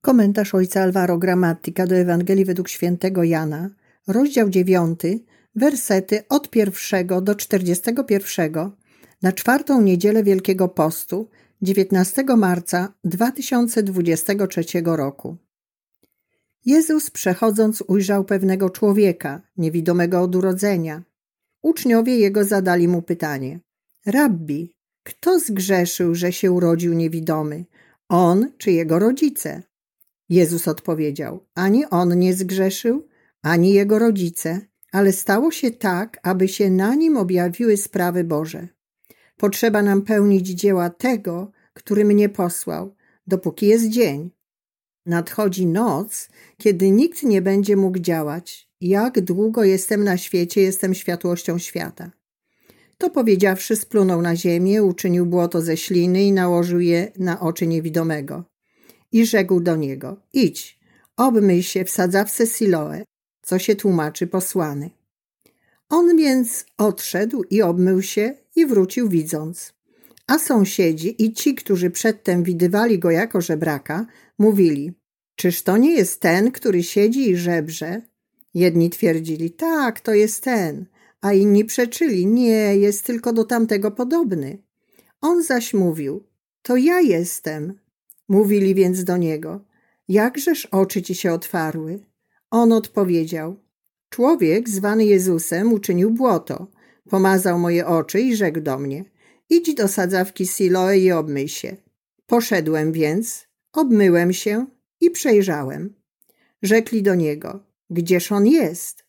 Komentarz ojca Alvaro Gramatika do Ewangelii według świętego Jana, rozdział 9, wersety od 1 do 41 na 4. niedzielę Wielkiego Postu, 19 marca 2023 roku. Jezus przechodząc ujrzał pewnego człowieka, niewidomego od urodzenia. Uczniowie jego zadali mu pytanie: Rabbi, kto zgrzeszył, że się urodził niewidomy, on czy jego rodzice? Jezus odpowiedział: ani on nie zgrzeszył, ani jego rodzice, ale stało się tak, aby się na nim objawiły sprawy Boże. Potrzeba nam pełnić dzieła tego, który mnie posłał, dopóki jest dzień. Nadchodzi noc, kiedy nikt nie będzie mógł działać. Jak długo jestem na świecie, jestem światłością świata. To powiedziawszy, splunął na ziemię, uczynił błoto ze śliny i nałożył je na oczy niewidomego. I rzekł do niego: idź, obmyj się w sadzawce Siloe, co się tłumaczy posłany. On więc odszedł i obmył się i wrócił widząc. A sąsiedzi i ci, którzy przedtem widywali go jako żebraka, mówili: czyż to nie jest ten, który siedzi i żebrze? Jedni twierdzili: tak, to jest ten, a inni przeczyli: nie, jest tylko do tamtego podobny. On zaś mówił: to ja jestem. Mówili więc do niego: jakżeż oczy ci się otwarły? On odpowiedział: człowiek zwany Jezusem uczynił błoto, pomazał moje oczy i rzekł do mnie: idź do sadzawki Siloe i obmyj się. Poszedłem więc, obmyłem się i przejrzałem. Rzekli do niego: gdzież on jest?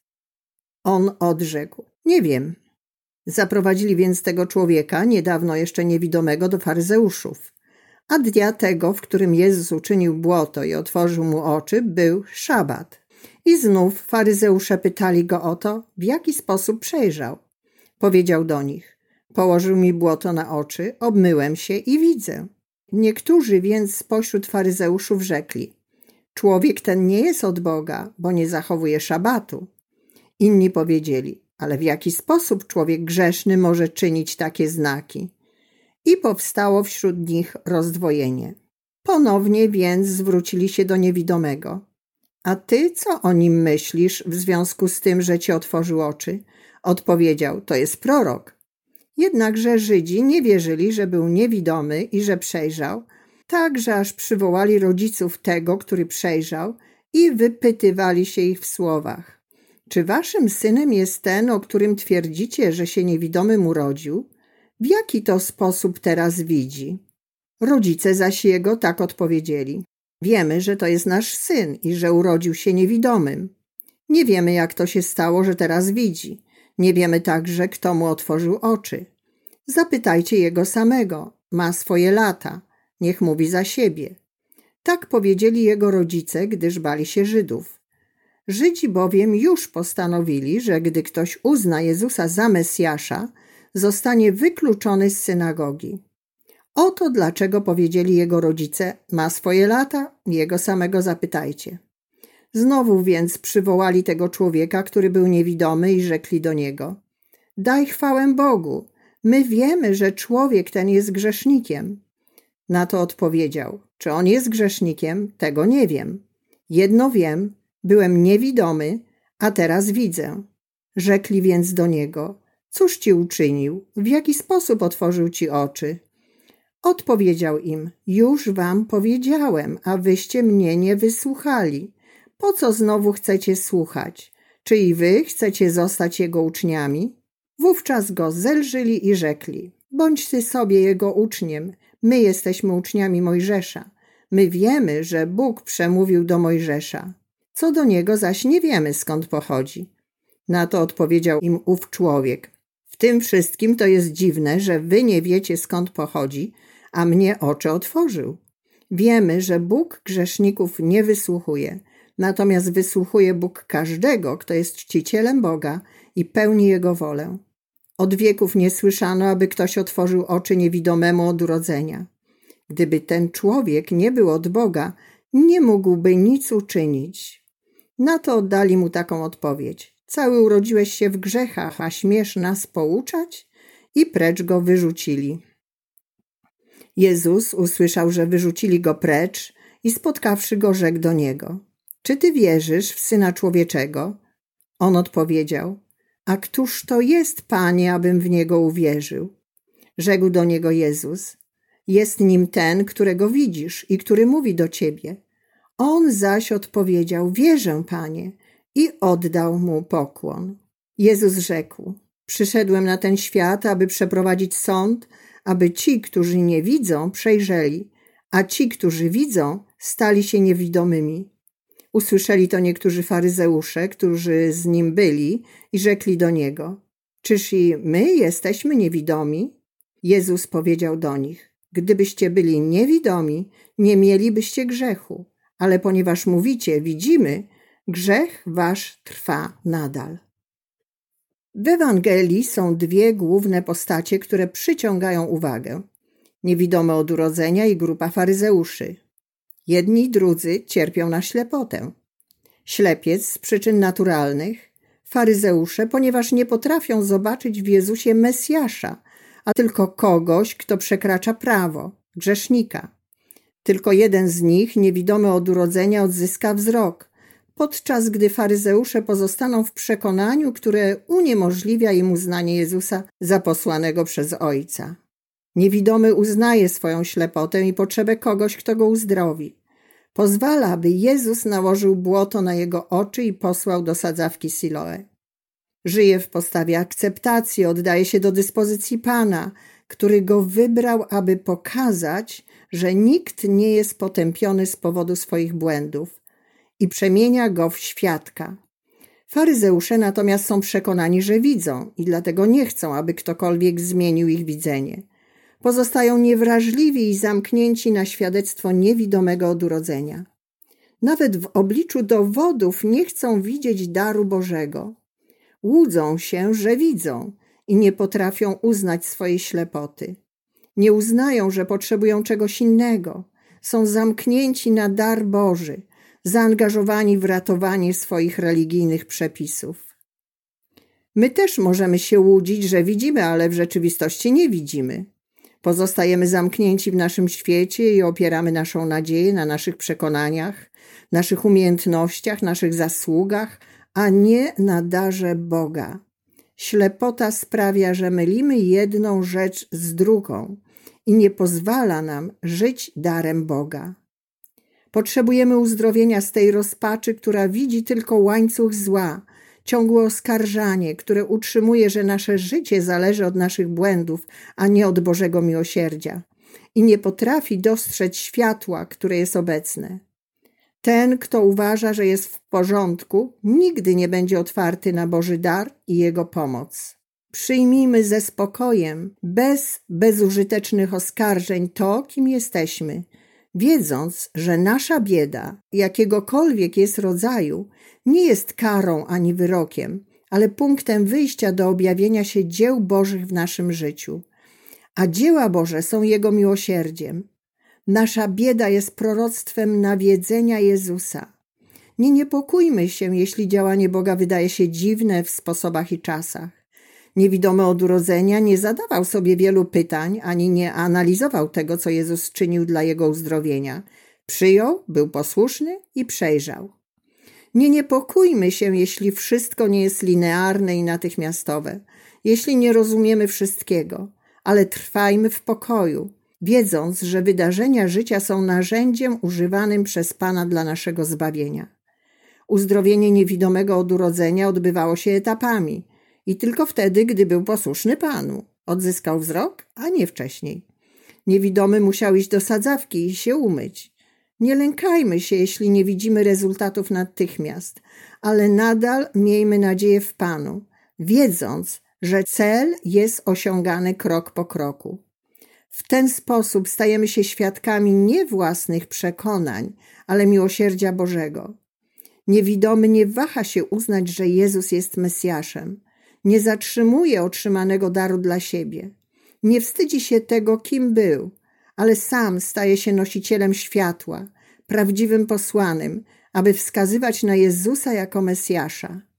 On odrzekł: nie wiem. Zaprowadzili więc tego człowieka, niedawno jeszcze niewidomego, do faryzeuszów. A dnia tego, w którym Jezus uczynił błoto i otworzył mu oczy, był szabat. I znów faryzeusze pytali go o to, w jaki sposób przejrzał. Powiedział do nich: położył mi błoto na oczy, obmyłem się i widzę. Niektórzy więc spośród faryzeuszów rzekli: człowiek ten nie jest od Boga, bo nie zachowuje szabatu. Inni powiedzieli: ale w jaki sposób człowiek grzeszny może czynić takie znaki? I powstało wśród nich rozdwojenie. Ponownie więc zwrócili się do niewidomego: a ty co o nim myślisz w związku z tym, że ci otworzył oczy? Odpowiedział: to jest prorok. Jednakże Żydzi nie wierzyli, że był niewidomy i że przejrzał, tak że aż przywołali rodziców tego, który przejrzał, i wypytywali się ich w słowach: czy waszym synem jest ten, o którym twierdzicie, że się niewidomym urodził? W jaki to sposób teraz widzi? Rodzice zaś jego tak odpowiedzieli: wiemy, że to jest nasz syn i że urodził się niewidomym. Nie wiemy, jak to się stało, że teraz widzi. Nie wiemy także, kto mu otworzył oczy. Zapytajcie jego samego. Ma swoje lata. Niech mówi za siebie. Tak powiedzieli jego rodzice, gdyż bali się Żydów. Żydzi bowiem już postanowili, że gdy ktoś uzna Jezusa za Mesjasza, zostanie wykluczony z synagogi. Oto dlaczego powiedzieli jego rodzice: ma swoje lata, jego samego zapytajcie. Znowu więc przywołali tego człowieka, który był niewidomy, i rzekli do niego: daj chwałę Bogu, my wiemy, że człowiek ten jest grzesznikiem. Na to odpowiedział: czy on jest grzesznikiem, tego nie wiem. Jedno wiem, byłem niewidomy, a teraz widzę. Rzekli więc do niego: cóż ci uczynił? W jaki sposób otworzył ci oczy? Odpowiedział im: już wam powiedziałem, a wyście mnie nie wysłuchali. Po co znowu chcecie słuchać? Czy i wy chcecie zostać jego uczniami? Wówczas go zelżyli i rzekli: bądź ty sobie jego uczniem, my jesteśmy uczniami Mojżesza. My wiemy, że Bóg przemówił do Mojżesza. Co do niego zaś nie wiemy, skąd pochodzi. Na to odpowiedział im ów człowiek: w tym wszystkim to jest dziwne, że wy nie wiecie, skąd pochodzi, a mnie oczy otworzył. Wiemy, że Bóg grzeszników nie wysłuchuje, natomiast wysłuchuje Bóg każdego, kto jest czcicielem Boga i pełni Jego wolę. Od wieków nie słyszano, aby ktoś otworzył oczy niewidomemu od urodzenia. Gdyby ten człowiek nie był od Boga, nie mógłby nic uczynić. Na to oddali mu taką odpowiedź: cały urodziłeś się w grzechach, a śmiesz nas pouczać? I precz go wyrzucili. Jezus usłyszał, że wyrzucili go precz i spotkawszy go, rzekł do niego: czy ty wierzysz w Syna Człowieczego? On odpowiedział: a któż to jest, Panie, abym w niego uwierzył? Rzekł do niego Jezus: jest nim ten, którego widzisz i który mówi do ciebie. On zaś odpowiedział: wierzę, Panie, i oddał mu pokłon. Jezus rzekł: przyszedłem na ten świat, aby przeprowadzić sąd, aby ci, którzy nie widzą, przejrzeli, a ci, którzy widzą, stali się niewidomymi. Usłyszeli to niektórzy faryzeusze, którzy z nim byli, i rzekli do niego: czyż i my jesteśmy niewidomi? Jezus powiedział do nich: gdybyście byli niewidomi, nie mielibyście grzechu, ale ponieważ mówicie: widzimy, grzech wasz trwa nadal. W Ewangelii są dwie główne postacie, które przyciągają uwagę: niewidomy od urodzenia i grupa faryzeuszy. Jedni i drudzy cierpią na ślepotę. Ślepiec z przyczyn naturalnych, faryzeusze, ponieważ nie potrafią zobaczyć w Jezusie Mesjasza, a tylko kogoś, kto przekracza prawo, grzesznika. Tylko jeden z nich, niewidomy od urodzenia, odzyska wzrok, podczas gdy faryzeusze pozostaną w przekonaniu, które uniemożliwia im uznanie Jezusa za posłanego przez Ojca. Niewidomy uznaje swoją ślepotę i potrzebę kogoś, kto go uzdrowi. Pozwala, by Jezus nałożył błoto na jego oczy i posłał do sadzawki Siloe. Żyje w postawie akceptacji, oddaje się do dyspozycji Pana, który go wybrał, aby pokazać, że nikt nie jest potępiony z powodu swoich błędów, i przemienia go w świadka. Faryzeusze natomiast są przekonani, że widzą i dlatego nie chcą, aby ktokolwiek zmienił ich widzenie. Pozostają niewrażliwi i zamknięci na świadectwo niewidomego od urodzenia. Nawet w obliczu dowodów nie chcą widzieć daru Bożego. Łudzą się, że widzą i nie potrafią uznać swojej ślepoty. Nie uznają, że potrzebują czegoś innego. Są zamknięci na dar Boży, zaangażowani w ratowanie swoich religijnych przepisów. My też możemy się łudzić, że widzimy, ale w rzeczywistości nie widzimy. Pozostajemy zamknięci w naszym świecie i opieramy naszą nadzieję na naszych przekonaniach, naszych umiejętnościach, naszych zasługach, a nie na darze Boga. Ślepota sprawia, że mylimy jedną rzecz z drugą i nie pozwala nam żyć darem Boga. Potrzebujemy uzdrowienia z tej rozpaczy, która widzi tylko łańcuch zła, ciągłe oskarżanie, które utrzymuje, że nasze życie zależy od naszych błędów, a nie od Bożego miłosierdzia i nie potrafi dostrzec światła, które jest obecne. Ten, kto uważa, że jest w porządku, nigdy nie będzie otwarty na Boży dar i Jego pomoc. Przyjmijmy ze spokojem, bez bezużytecznych oskarżeń to, kim jesteśmy, wiedząc, że nasza bieda, jakiegokolwiek jest rodzaju, nie jest karą ani wyrokiem, ale punktem wyjścia do objawienia się dzieł Bożych w naszym życiu. A dzieła Boże są Jego miłosierdziem. Nasza bieda jest proroctwem nawiedzenia Jezusa. Nie niepokójmy się, jeśli działanie Boga wydaje się dziwne w sposobach i czasach. Niewidomy od urodzenia nie zadawał sobie wielu pytań, ani nie analizował tego, co Jezus czynił dla jego uzdrowienia. Przyjął, był posłuszny i przejrzał. Nie niepokójmy się, jeśli wszystko nie jest linearne i natychmiastowe, jeśli nie rozumiemy wszystkiego, ale trwajmy w pokoju, wiedząc, że wydarzenia życia są narzędziem używanym przez Pana dla naszego zbawienia. Uzdrowienie niewidomego od urodzenia odbywało się etapami i tylko wtedy, gdy był posłuszny Panu. Odzyskał wzrok, a nie wcześniej. Niewidomy musiał iść do sadzawki i się umyć. Nie lękajmy się, jeśli nie widzimy rezultatów natychmiast, ale nadal miejmy nadzieję w Panu, wiedząc, że cel jest osiągany krok po kroku. W ten sposób stajemy się świadkami nie własnych przekonań, ale miłosierdzia Bożego. Niewidomy nie waha się uznać, że Jezus jest Mesjaszem. Nie zatrzymuje otrzymanego daru dla siebie. Nie wstydzi się tego, kim był, ale sam staje się nosicielem światła, prawdziwym posłanym, aby wskazywać na Jezusa jako Mesjasza.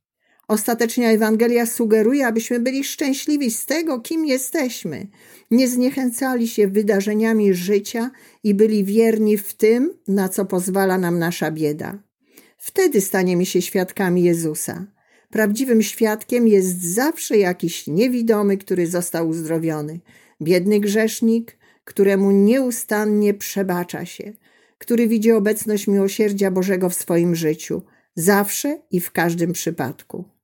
Ostatecznie Ewangelia sugeruje, abyśmy byli szczęśliwi z tego, kim jesteśmy, nie zniechęcali się wydarzeniami życia i byli wierni w tym, na co pozwala nam nasza bieda. Wtedy staniemy się świadkami Jezusa. Prawdziwym świadkiem jest zawsze jakiś niewidomy, który został uzdrowiony, biedny grzesznik, któremu nieustannie przebacza się, który widzi obecność miłosierdzia Bożego w swoim życiu, zawsze i w każdym przypadku.